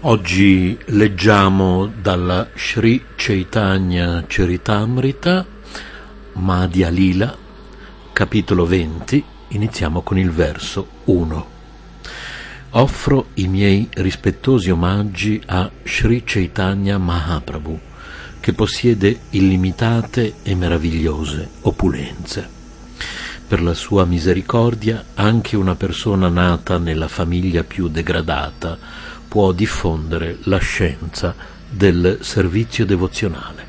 Oggi leggiamo dalla Sri Chaitanya Charitamrita, Madhya Lila, capitolo 20, iniziamo con il verso 1. Offro i miei rispettosi omaggi a Sri Chaitanya Mahaprabhu, che possiede illimitate e meravigliose opulenze. Per la sua misericordia, anche una persona nata nella famiglia più degradata può diffondere la scienza del servizio devozionale.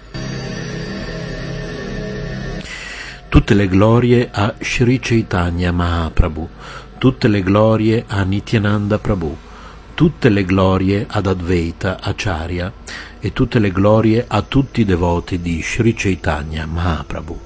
Tutte le glorie a Sri Chaitanya Mahaprabhu, tutte le glorie a Nityananda Prabhu, tutte le glorie ad Advaita Acharya e tutte le glorie a tutti i devoti di Sri Chaitanya Mahaprabhu.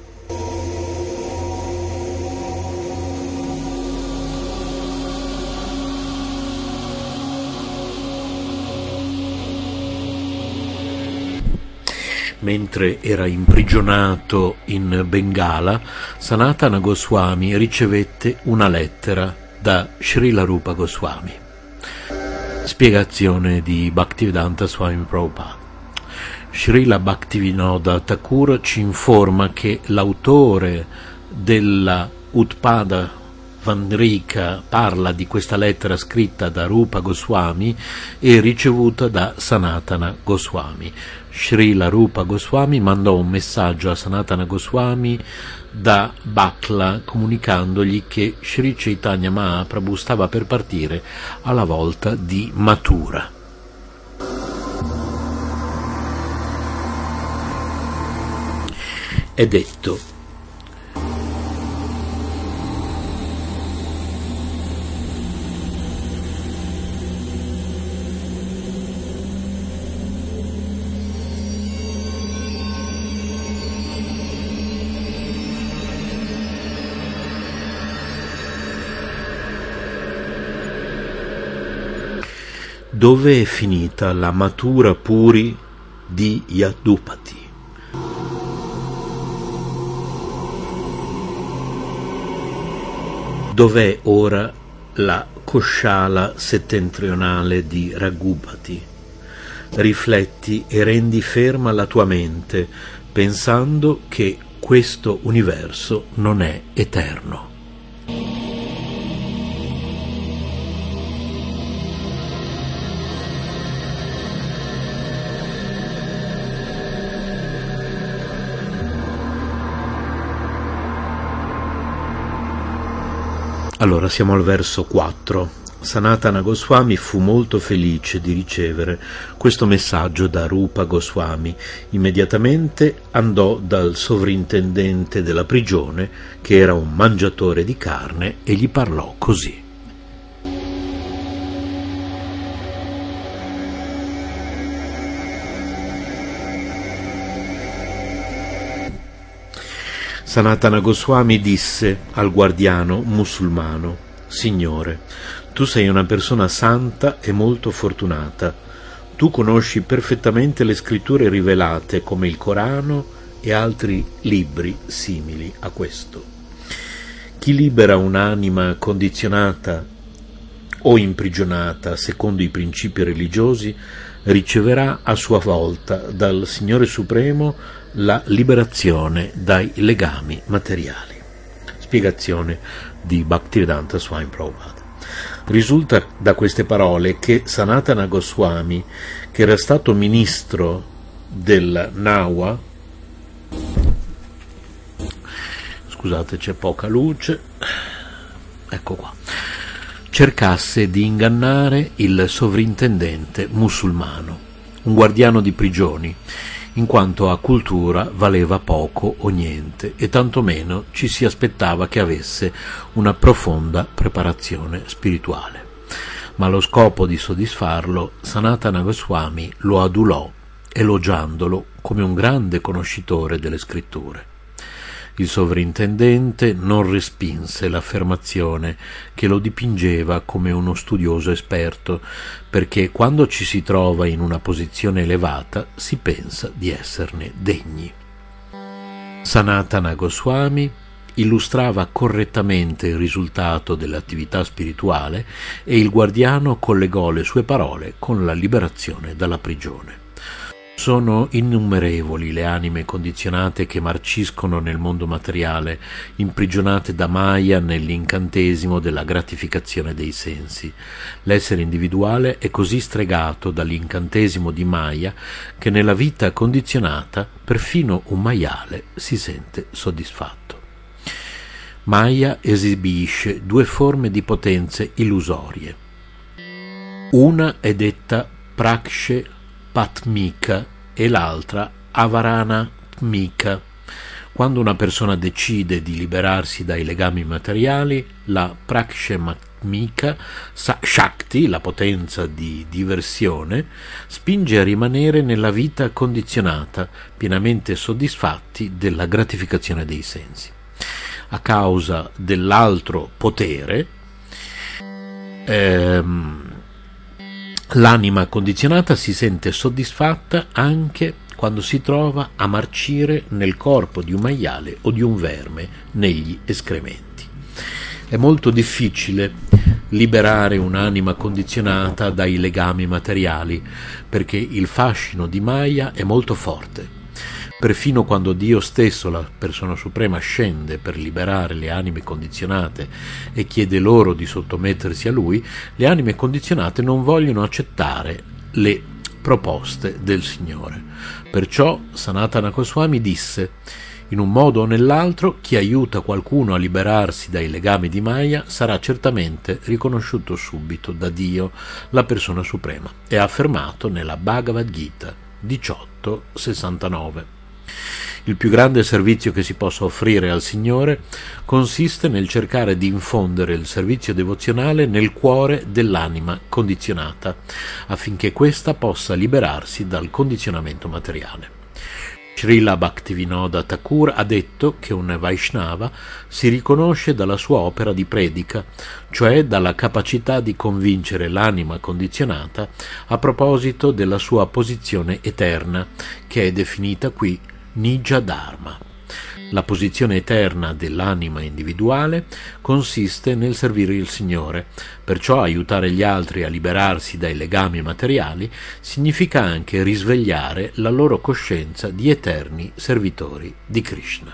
Mentre era imprigionato in Bengala, Sanatana Goswami ricevette una lettera da Srila Rupa Goswami. Spiegazione di Bhaktivedanta Swami Prabhupada. Srila Bhaktivinoda Thakur ci informa che l'autore della Utpada Vandrika parla di questa lettera scritta da Rupa Goswami e ricevuta da Sanatana Goswami. Srila Rupa Goswami mandò un messaggio a Sanatana Goswami da Bakla comunicandogli che Sri Chaitanya Mahaprabhu stava per partire alla volta di Mathura. È detto: dove è finita la Mathura Puri di Yadupati? Dov'è ora la Koshala settentrionale di Raghupati? Rifletti e rendi ferma la tua mente, pensando che questo universo non è eterno. Allora siamo al verso 4. Sanatana Goswami fu molto felice di ricevere questo messaggio da Rupa Goswami. Immediatamente andò dal sovrintendente della prigione, che era un mangiatore di carne, e gli parlò così. Sanatana Goswami disse al guardiano musulmano: Signore, tu sei una persona santa e molto fortunata. Tu conosci perfettamente le scritture rivelate come il Corano e altri libri simili a questo. Chi libera un'anima condizionata o imprigionata secondo i principi religiosi riceverà a sua volta dal Signore Supremo la liberazione dai legami materiali. Spiegazione di Bhaktivedanta Swami Prabhupada. Risulta da queste parole che Sanatana Goswami, che era stato ministro del Nawa, scusate c'è poca luce, ecco qua, cercasse di ingannare il sovrintendente musulmano, un guardiano di prigioni, in quanto a cultura valeva poco o niente e tantomeno ci si aspettava che avesse una profonda preparazione spirituale. Ma allo scopo di soddisfarlo, Sanatana Goswami lo adulò, elogiandolo come un grande conoscitore delle scritture. Il sovrintendente non respinse l'affermazione che lo dipingeva come uno studioso esperto, perché quando ci si trova in una posizione elevata si pensa di esserne degni. Sanatana Goswami illustrava correttamente il risultato dell'attività spirituale e il guardiano collegò le sue parole con la liberazione dalla prigione. Sono innumerevoli le anime condizionate che marciscono nel mondo materiale, imprigionate da Maya nell'incantesimo della gratificazione dei sensi. L'essere individuale è così stregato dall'incantesimo di Maya che nella vita condizionata perfino un maiale si sente soddisfatto. Maya esibisce due forme di potenze illusorie. Una è detta Prakshe Patmika e l'altra Avaranatmika. Quando una persona decide di liberarsi dai legami materiali, la Prakshematmika Shakti, la potenza di diversione, spinge a rimanere nella vita condizionata, pienamente soddisfatti della gratificazione dei sensi. A causa dell'altro potere, l'anima condizionata si sente soddisfatta anche quando si trova a marcire nel corpo di un maiale o di un verme negli escrementi. È molto difficile liberare un'anima condizionata dai legami materiali, perché il fascino di Maya è molto forte. Perfino quando Dio stesso, la persona suprema, scende per liberare le anime condizionate e chiede loro di sottomettersi a Lui, le anime condizionate non vogliono accettare le proposte del Signore. Perciò Sanatana Goswami disse: in un modo o nell'altro, chi aiuta qualcuno a liberarsi dai legami di Maya sarà certamente riconosciuto subito da Dio, la persona suprema. È affermato nella Bhagavad Gita 18:69. Il più grande servizio che si possa offrire al Signore consiste nel cercare di infondere il servizio devozionale nel cuore dell'anima condizionata, affinché questa possa liberarsi dal condizionamento materiale. Srila Bhaktivinoda Thakur ha detto che un Vaishnava si riconosce dalla sua opera di predica, cioè dalla capacità di convincere l'anima condizionata a proposito della sua posizione eterna, che è definita qui Nija Dharma. La posizione eterna dell'anima individuale consiste nel servire il Signore, perciò aiutare gli altri a liberarsi dai legami materiali significa anche risvegliare la loro coscienza di eterni servitori di Krishna.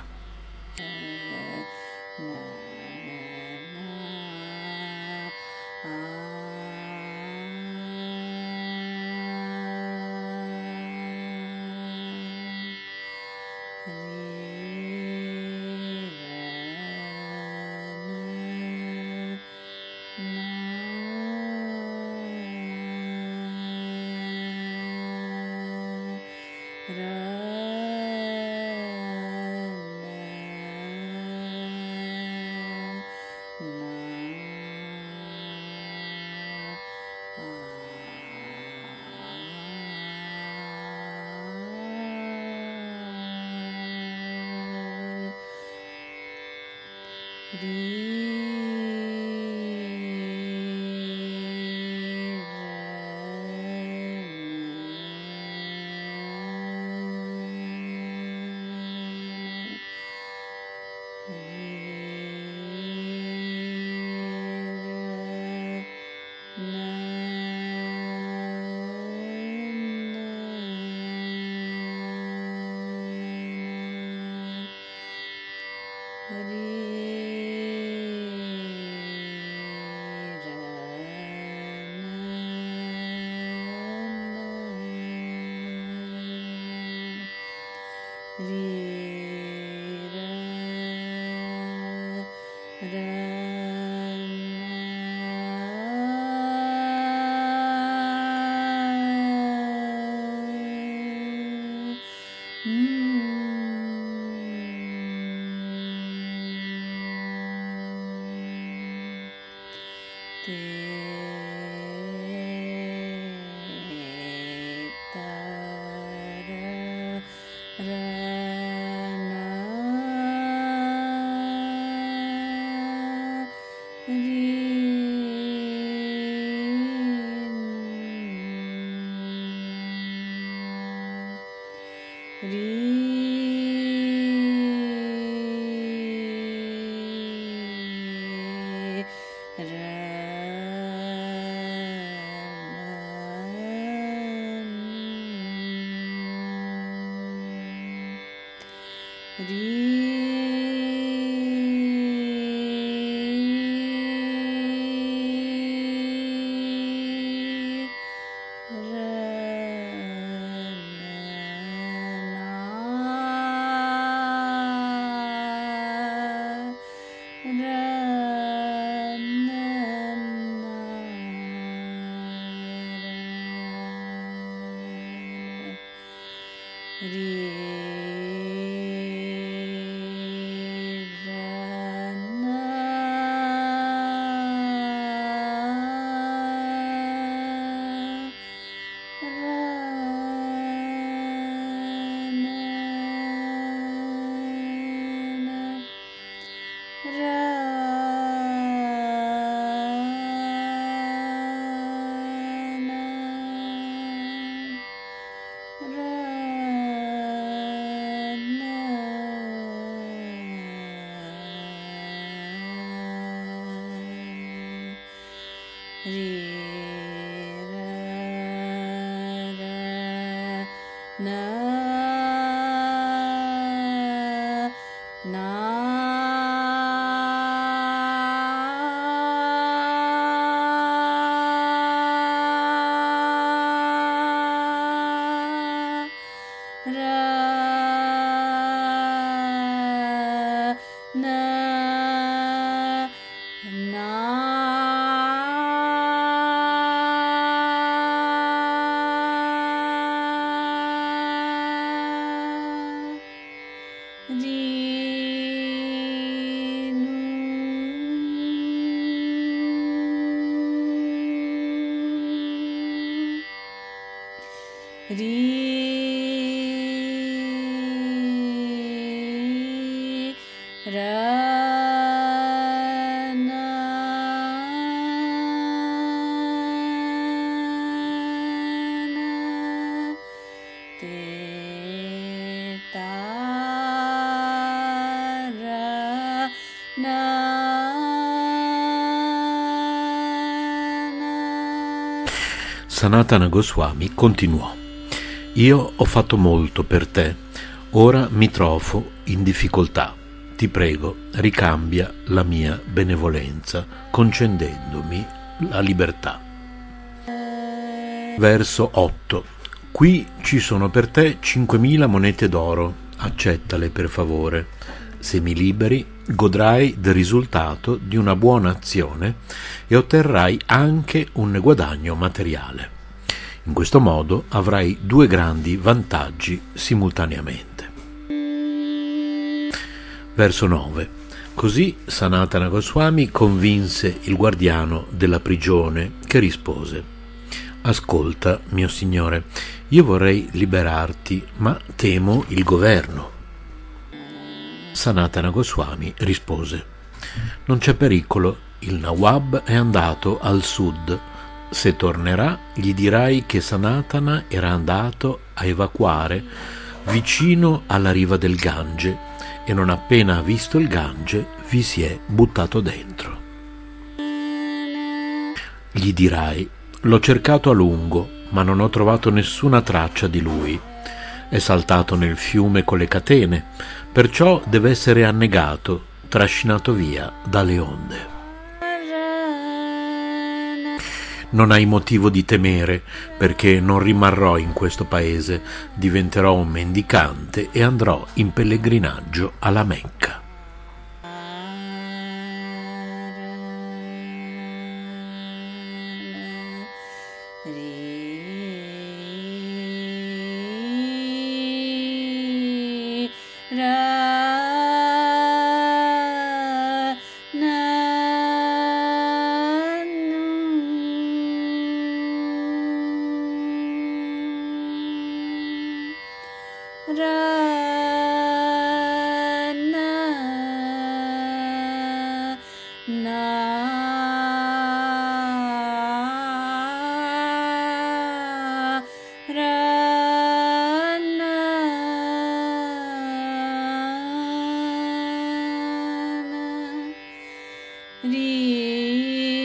Sanatana Goswami continuò: io ho fatto molto per te, ora mi trovo in difficoltà. Ti prego, ricambia la mia benevolenza concedendomi la libertà. Verso 8. Qui ci sono per te 5.000 monete d'oro, accettale per favore. Se mi liberi, godrai del risultato di una buona azione e otterrai anche un guadagno materiale. In questo modo avrai due grandi vantaggi simultaneamente. Verso 9. Così Sanatana Goswami convinse il guardiano della prigione, che rispose: ascolta, mio signore, io vorrei liberarti, ma temo il governo. Sanatana Goswami rispose: non c'è pericolo, il Nawab è andato al sud. Se tornerà, gli dirai che Sanatana era andato a evacuare vicino alla riva del Gange e non appena ha visto il Gange vi si è buttato dentro. Gli dirai: l'ho cercato a lungo, ma non ho trovato nessuna traccia di lui. È saltato nel fiume con le catene, perciò deve essere annegato, trascinato via dalle onde. Non hai motivo di temere, perché non rimarrò in questo paese, diventerò un mendicante e andrò in pellegrinaggio alla Mecca. Ri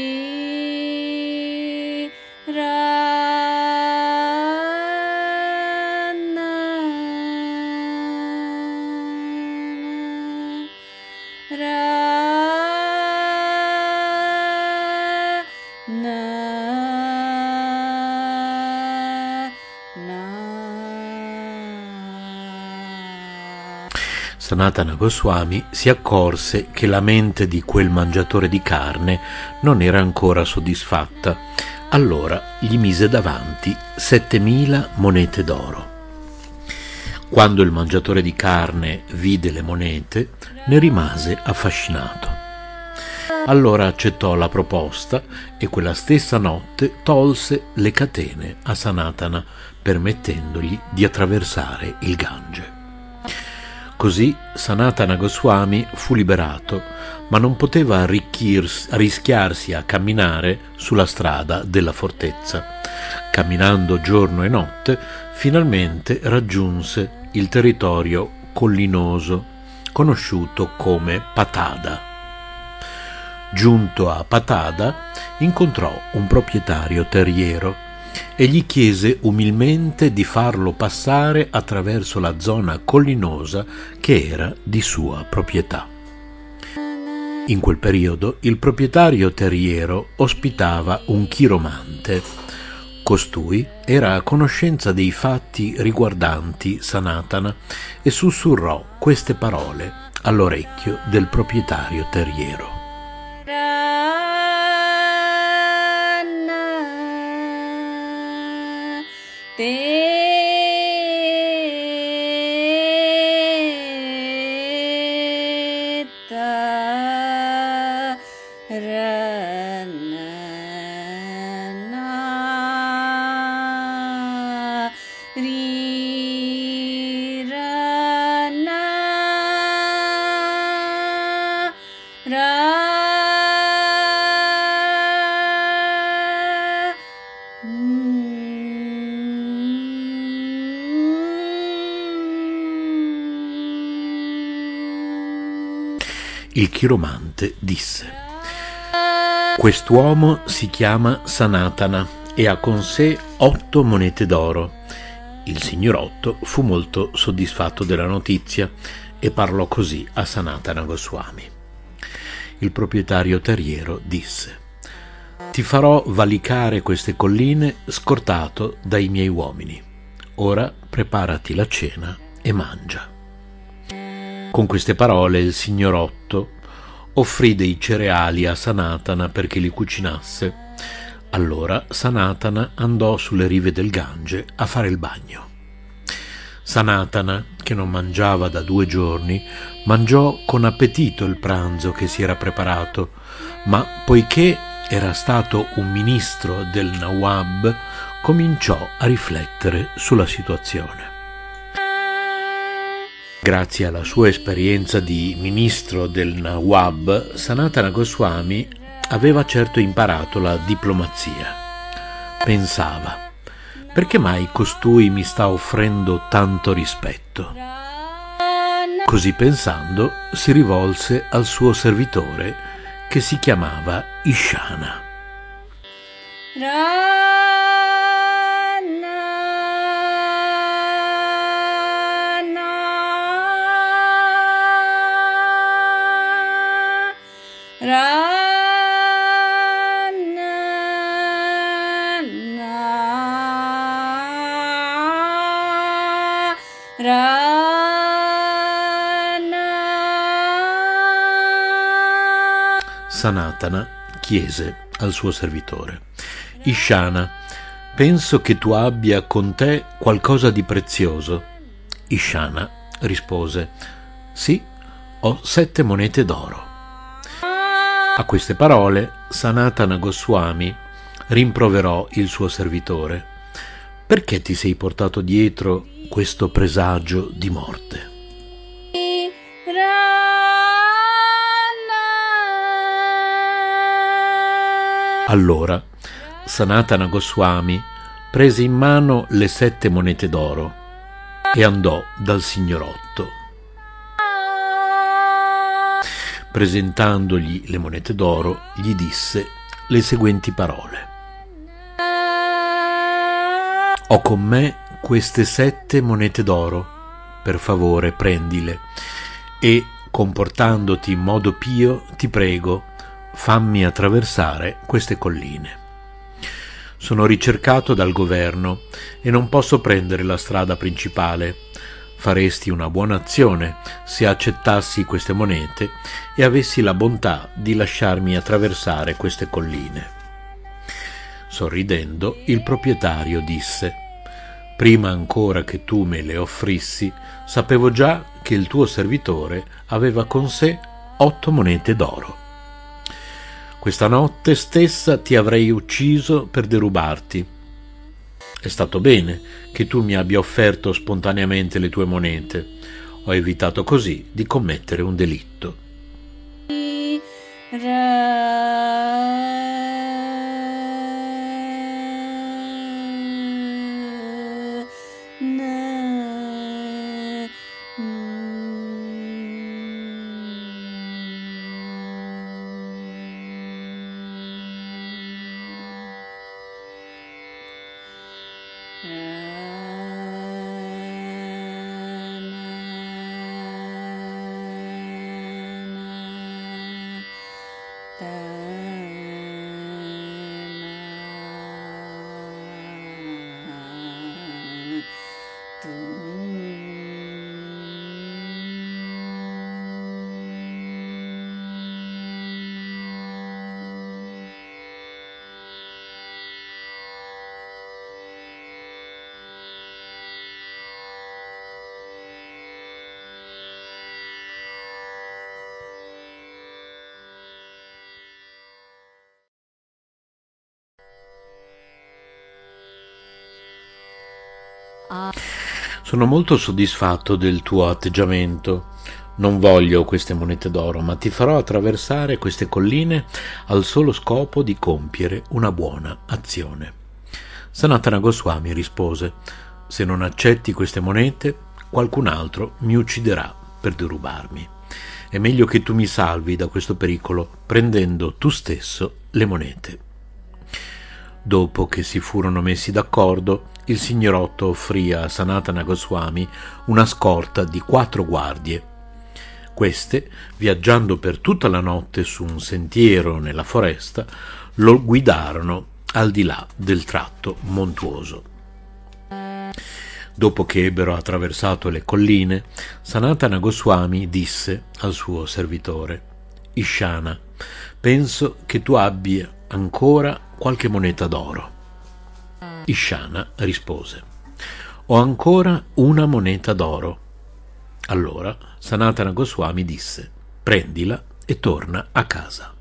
Sanatana Goswami si accorse che la mente di quel mangiatore di carne non era ancora soddisfatta. Allora gli mise davanti 7.000 monete d'oro. Quando il mangiatore di carne vide le monete, ne rimase affascinato. Allora accettò la proposta e quella stessa notte tolse le catene a Sanatana, permettendogli di attraversare il Gange. Così Sanatana Goswami fu liberato, ma non poteva arrischiarsi a camminare sulla strada della fortezza. Camminando giorno e notte, finalmente raggiunse il territorio collinoso, conosciuto come Patada. Giunto a Patada, incontrò un proprietario terriero e gli chiese umilmente di farlo passare attraverso la zona collinosa che era di sua proprietà. In quel periodo il proprietario terriero ospitava un chiromante. Costui era a conoscenza dei fatti riguardanti Sanatana e sussurrò queste parole all'orecchio del proprietario terriero. Il chiromante disse: quest'uomo si chiama Sanatana e ha con sé 8 monete d'oro. Il signorotto fu molto soddisfatto della notizia e parlò così a Sanatana Goswami. Il proprietario terriero disse: ti farò valicare queste colline scortato dai miei uomini. Ora preparati la cena e mangia. Con queste parole il signorotto offrì dei cereali a Sanatana perché li cucinasse. Allora Sanatana andò sulle rive del Gange a fare il bagno. Sanatana, che non mangiava da 2 giorni, mangiò con appetito il pranzo che si era preparato, ma poiché era stato un ministro del Nawab, cominciò a riflettere sulla situazione. Grazie alla sua esperienza di ministro del Nawab, Sanatana Goswami aveva certo imparato la diplomazia. Pensava: perché mai costui mi sta offrendo tanto rispetto? Così pensando, si rivolse al suo servitore, che si chiamava Ishana. Sanatana chiese al suo servitore: Ishana, penso che tu abbia con te qualcosa di prezioso. Ishana rispose: sì, ho 7 monete d'oro. A queste parole Sanatana Goswami rimproverò il suo servitore: perché ti sei portato dietro questo presagio di morte? Allora Sanatana Goswami prese in mano le 7 monete d'oro e andò dal signorotto. Presentandogli le monete d'oro, gli disse le seguenti parole: ho con me queste 7 monete d'oro, per favore prendile e, comportandoti in modo pio, ti prego, fammi attraversare queste colline. Sono ricercato dal governo e non posso prendere la strada principale. faresti una buona azione se accettassi queste monete e avessi la bontà di lasciarmi attraversare queste colline. Sorridendo, il proprietario disse: «Prima ancora che tu me le offrissi, sapevo già che il tuo servitore aveva con sé 8 monete d'oro. Questa notte stessa ti avrei ucciso per derubarti. È stato bene che tu mi abbia offerto spontaneamente le tue monete. Ho evitato così di commettere un delitto». Sono molto soddisfatto del tuo atteggiamento. Non voglio queste monete d'oro, ma ti farò attraversare queste colline al solo scopo di compiere una buona azione. Sanatana Goswami rispose: «Se non accetti queste monete, qualcun altro mi ucciderà per derubarmi. È meglio che tu mi salvi da questo pericolo prendendo tu stesso le monete». Dopo che si furono messi d'accordo, il signorotto offrì a Sanatana Goswami una scorta di 4 guardie. Queste, viaggiando per tutta la notte su un sentiero nella foresta, lo guidarono al di là del tratto montuoso. Dopo che ebbero attraversato le colline, Sanatana Goswami disse al suo servitore: «Ishana, penso che tu abbia ancora qualche moneta d'oro». Ishana rispose: «Ho ancora una moneta d'oro». Allora Sanatana Goswami disse: «Prendila e torna a casa».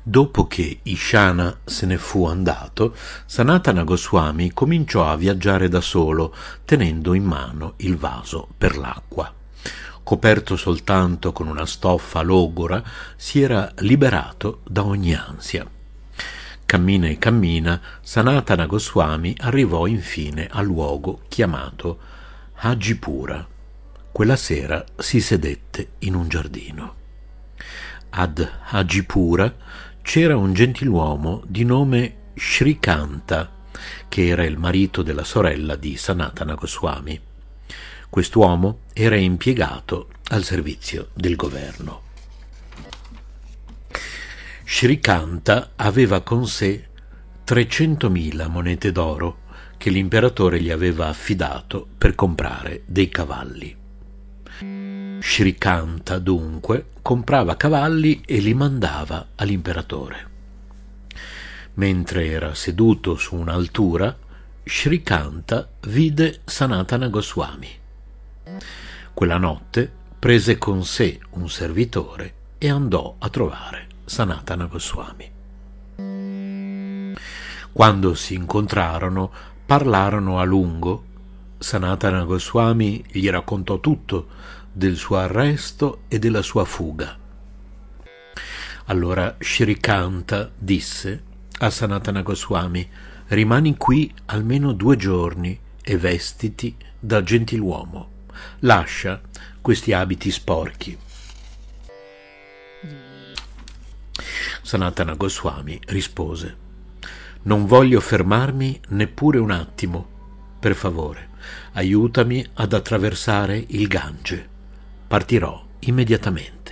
Dopo che Ishana se ne fu andato, Sanatana Goswami cominciò a viaggiare da solo, tenendo in mano il vaso per l'acqua. Coperto soltanto con una stoffa logora, si era liberato da ogni ansia. Cammina e cammina, Sanatana Goswami arrivò infine al luogo chiamato Hajipura. Quella sera si sedette in un giardino. Ad Hajipura c'era un gentiluomo di nome Shrikanta, che era il marito della sorella di Sanatana Goswami. Quest'uomo era impiegato al servizio del governo. Shrikanta aveva con sé 300.000 monete d'oro che l'imperatore gli aveva affidato per comprare dei cavalli. Shrikanta dunque comprava cavalli e li mandava all'imperatore. Mentre era seduto su un'altura, Shrikanta vide Sanatana Goswami. Quella notte prese con sé un servitore e andò a trovare Sanatana Goswami. Quando si incontrarono, parlarono a lungo. Sanatana Goswami gli raccontò tutto del suo arresto e della sua fuga. Allora Shrikanta disse a Sanatana Goswami: «Rimani qui almeno 2 giorni e vestiti da gentiluomo. Lascia questi abiti sporchi». Sanatana Goswami rispose: «Non voglio fermarmi neppure un attimo. Per favore, aiutami ad attraversare il Gange. Partirò immediatamente».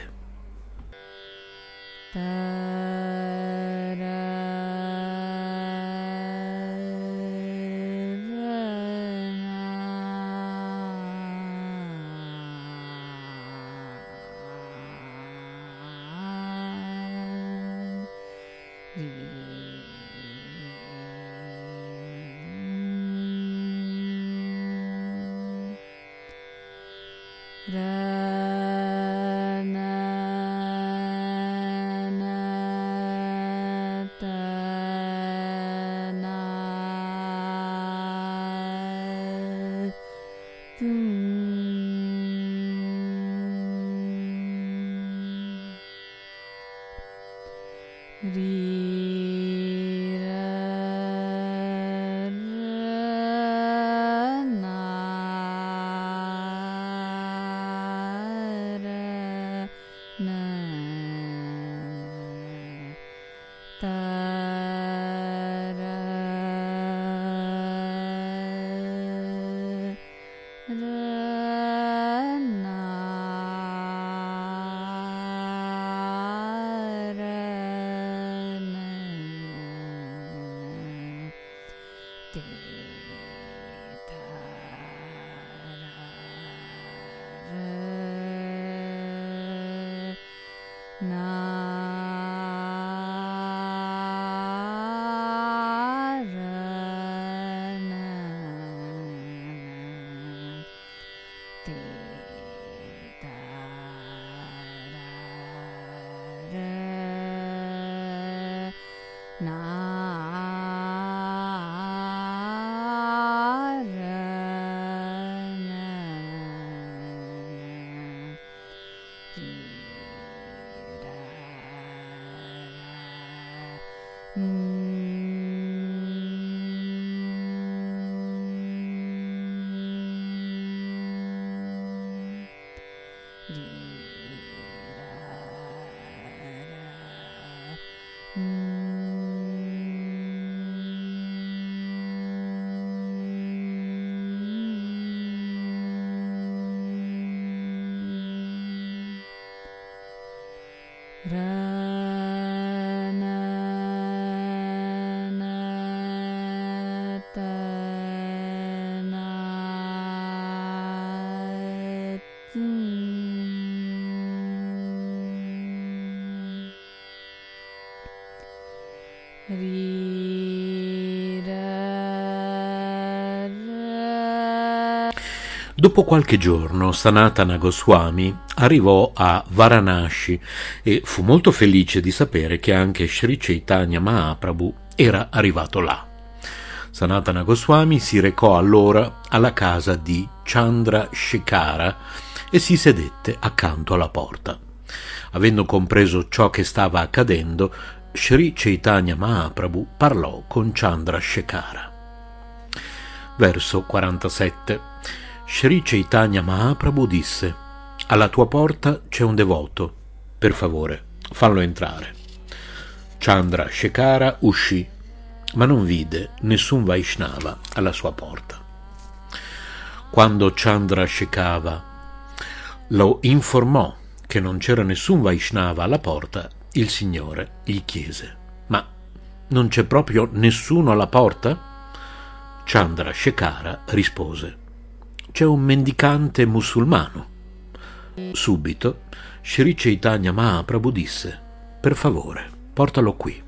Dopo qualche giorno Sanatana Goswami arrivò a Varanasi e fu molto felice di sapere che anche Sri Chaitanya Mahaprabhu era arrivato là. Sanatana Goswami si recò allora alla casa di Chandrasekhara e si sedette accanto alla porta. Avendo compreso ciò che stava accadendo, Sri Chaitanya Mahaprabhu parlò con Chandrasekhara. Verso 47. Sri Chaitanya Mahaprabhu disse: «Alla tua porta c'è un devoto, per favore, fallo entrare». Chandrasekhara uscì, ma non vide nessun Vaishnava alla sua porta. Quando Chandrasekhara lo informò che non c'era nessun Vaishnava alla porta, il Signore gli chiese: «Ma non c'è proprio nessuno alla porta?» Chandrasekhara rispose: «C'è un mendicante musulmano». Subito Sri Chaitanya Mahaprabhu disse: «Per favore, portalo qui».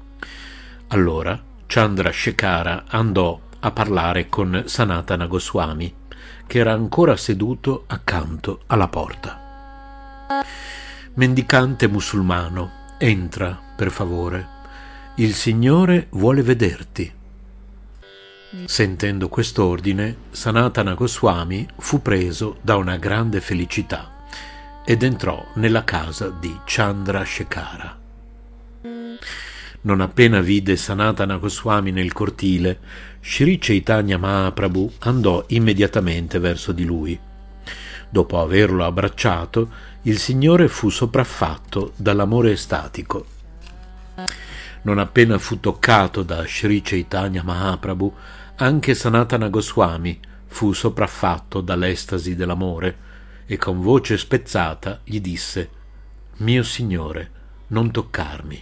Allora Chandrasekhara andò a parlare con Sanatana Goswami, che era ancora seduto accanto alla porta. «Mendicante musulmano, entra, per favore. Il Signore vuole vederti». Sentendo quest'ordine, Sanatana Goswami fu preso da una grande felicità ed entrò nella casa di Chandrasekhara. Non appena vide Sanatana Goswami nel cortile, Sri Chaitanya Mahaprabhu andò immediatamente verso di lui. Dopo averlo abbracciato, il Signore fu sopraffatto dall'amore estatico. Non appena fu toccato da Sri Chaitanya Mahaprabhu, anche Sanatana Goswami fu sopraffatto dall'estasi dell'amore e con voce spezzata gli disse: «Mio Signore, non toccarmi».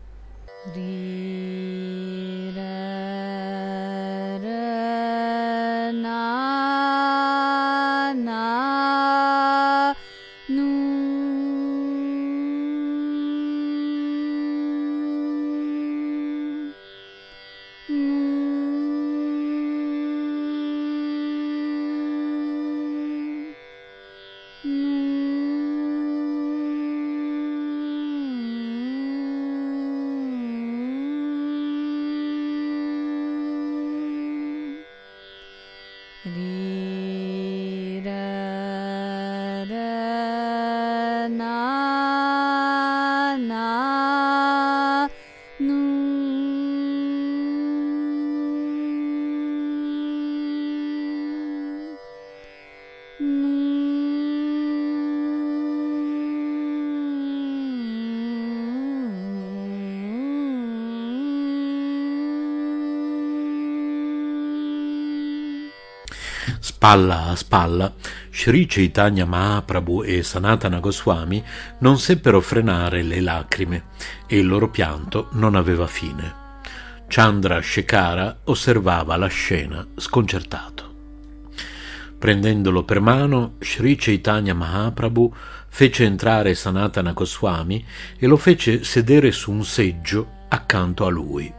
Spalla a spalla, Sri Chaitanya Mahaprabhu e Sanatana Goswami non seppero frenare le lacrime e il loro pianto non aveva fine. Chandrasekhara osservava la scena sconcertato. Prendendolo per mano, Sri Chaitanya Mahaprabhu fece entrare Sanatana Goswami e lo fece sedere su un seggio accanto a lui.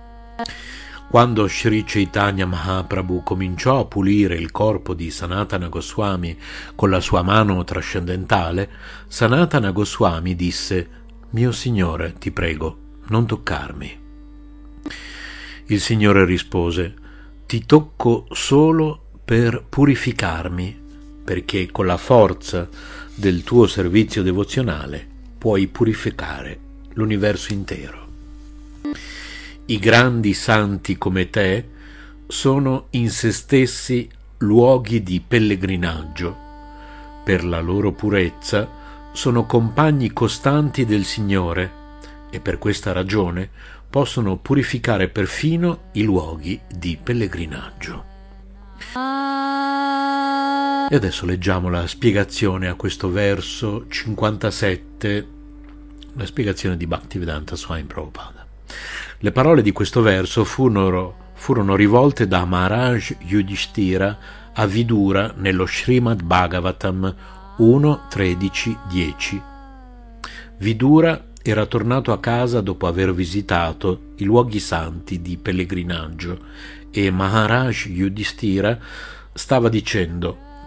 Quando Sri Chaitanya Mahaprabhu cominciò a pulire il corpo di Sanatana Goswami con la sua mano trascendentale, Sanatana Goswami disse: «Mio Signore, ti prego, non toccarmi». Il Signore rispose: «Ti tocco solo per purificarmi, perché con la forza del tuo servizio devozionale puoi purificare l'universo intero. I grandi santi come te sono in se stessi luoghi di pellegrinaggio. Per la loro purezza sono compagni costanti del Signore e per questa ragione possono purificare perfino i luoghi di pellegrinaggio». E adesso leggiamo la spiegazione a questo verso 57, la spiegazione di Bhaktivedanta Swami Prabhupada. Le parole di questo verso furono rivolte da Maharaj Yudhishthira a Vidura nello Srimad Bhagavatam 1.13.10. Vidura era tornato a casa dopo aver visitato i luoghi santi di pellegrinaggio e Maharaj Yudhishthira stava dicendo: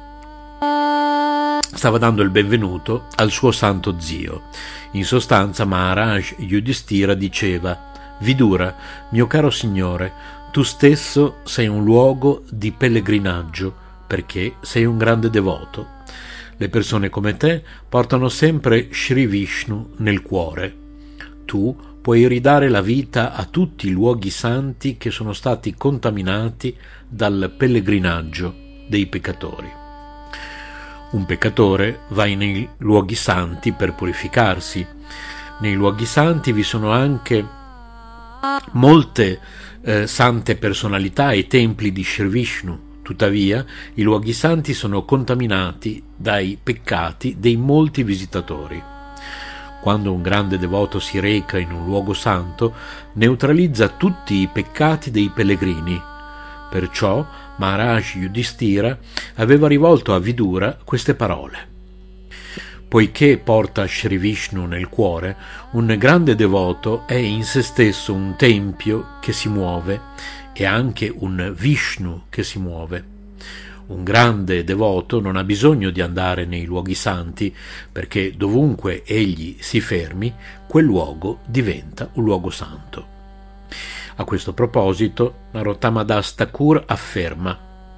stava dando il benvenuto al suo santo zio. In sostanza Maharaj Yudhishthira diceva: Vidura, mio caro signore, tu stesso sei un luogo di pellegrinaggio perché sei un grande devoto. Le persone come te portano sempre Sri Vishnu nel cuore. Tu puoi ridare la vita a tutti i luoghi santi che sono stati contaminati dal pellegrinaggio dei peccatori. Un peccatore va nei luoghi santi per purificarsi. Nei luoghi santi vi sono anche molte sante personalità e templi di Sri Vishnu. Tuttavia, i luoghi santi sono contaminati dai peccati dei molti visitatori. Quando un grande devoto si reca in un luogo santo, neutralizza tutti i peccati dei pellegrini. Perciò Maharaj Yudhishthira aveva rivolto a Vidura queste parole: poiché porta Sri Vishnu nel cuore, un grande devoto è in se stesso un tempio che si muove e anche un Vishnu che si muove. Un grande devoto non ha bisogno di andare nei luoghi santi, perché dovunque egli si fermi, quel luogo diventa un luogo santo. A questo proposito, Narottama Das Thakur afferma: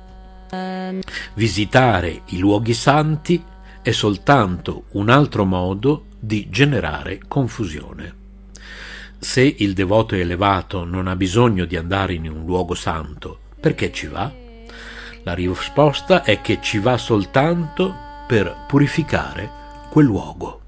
visitare i luoghi santi è soltanto un altro modo di generare confusione. Se il devoto elevato non ha bisogno di andare in un luogo santo, perché ci va? La risposta è che ci va soltanto per purificare quel luogo.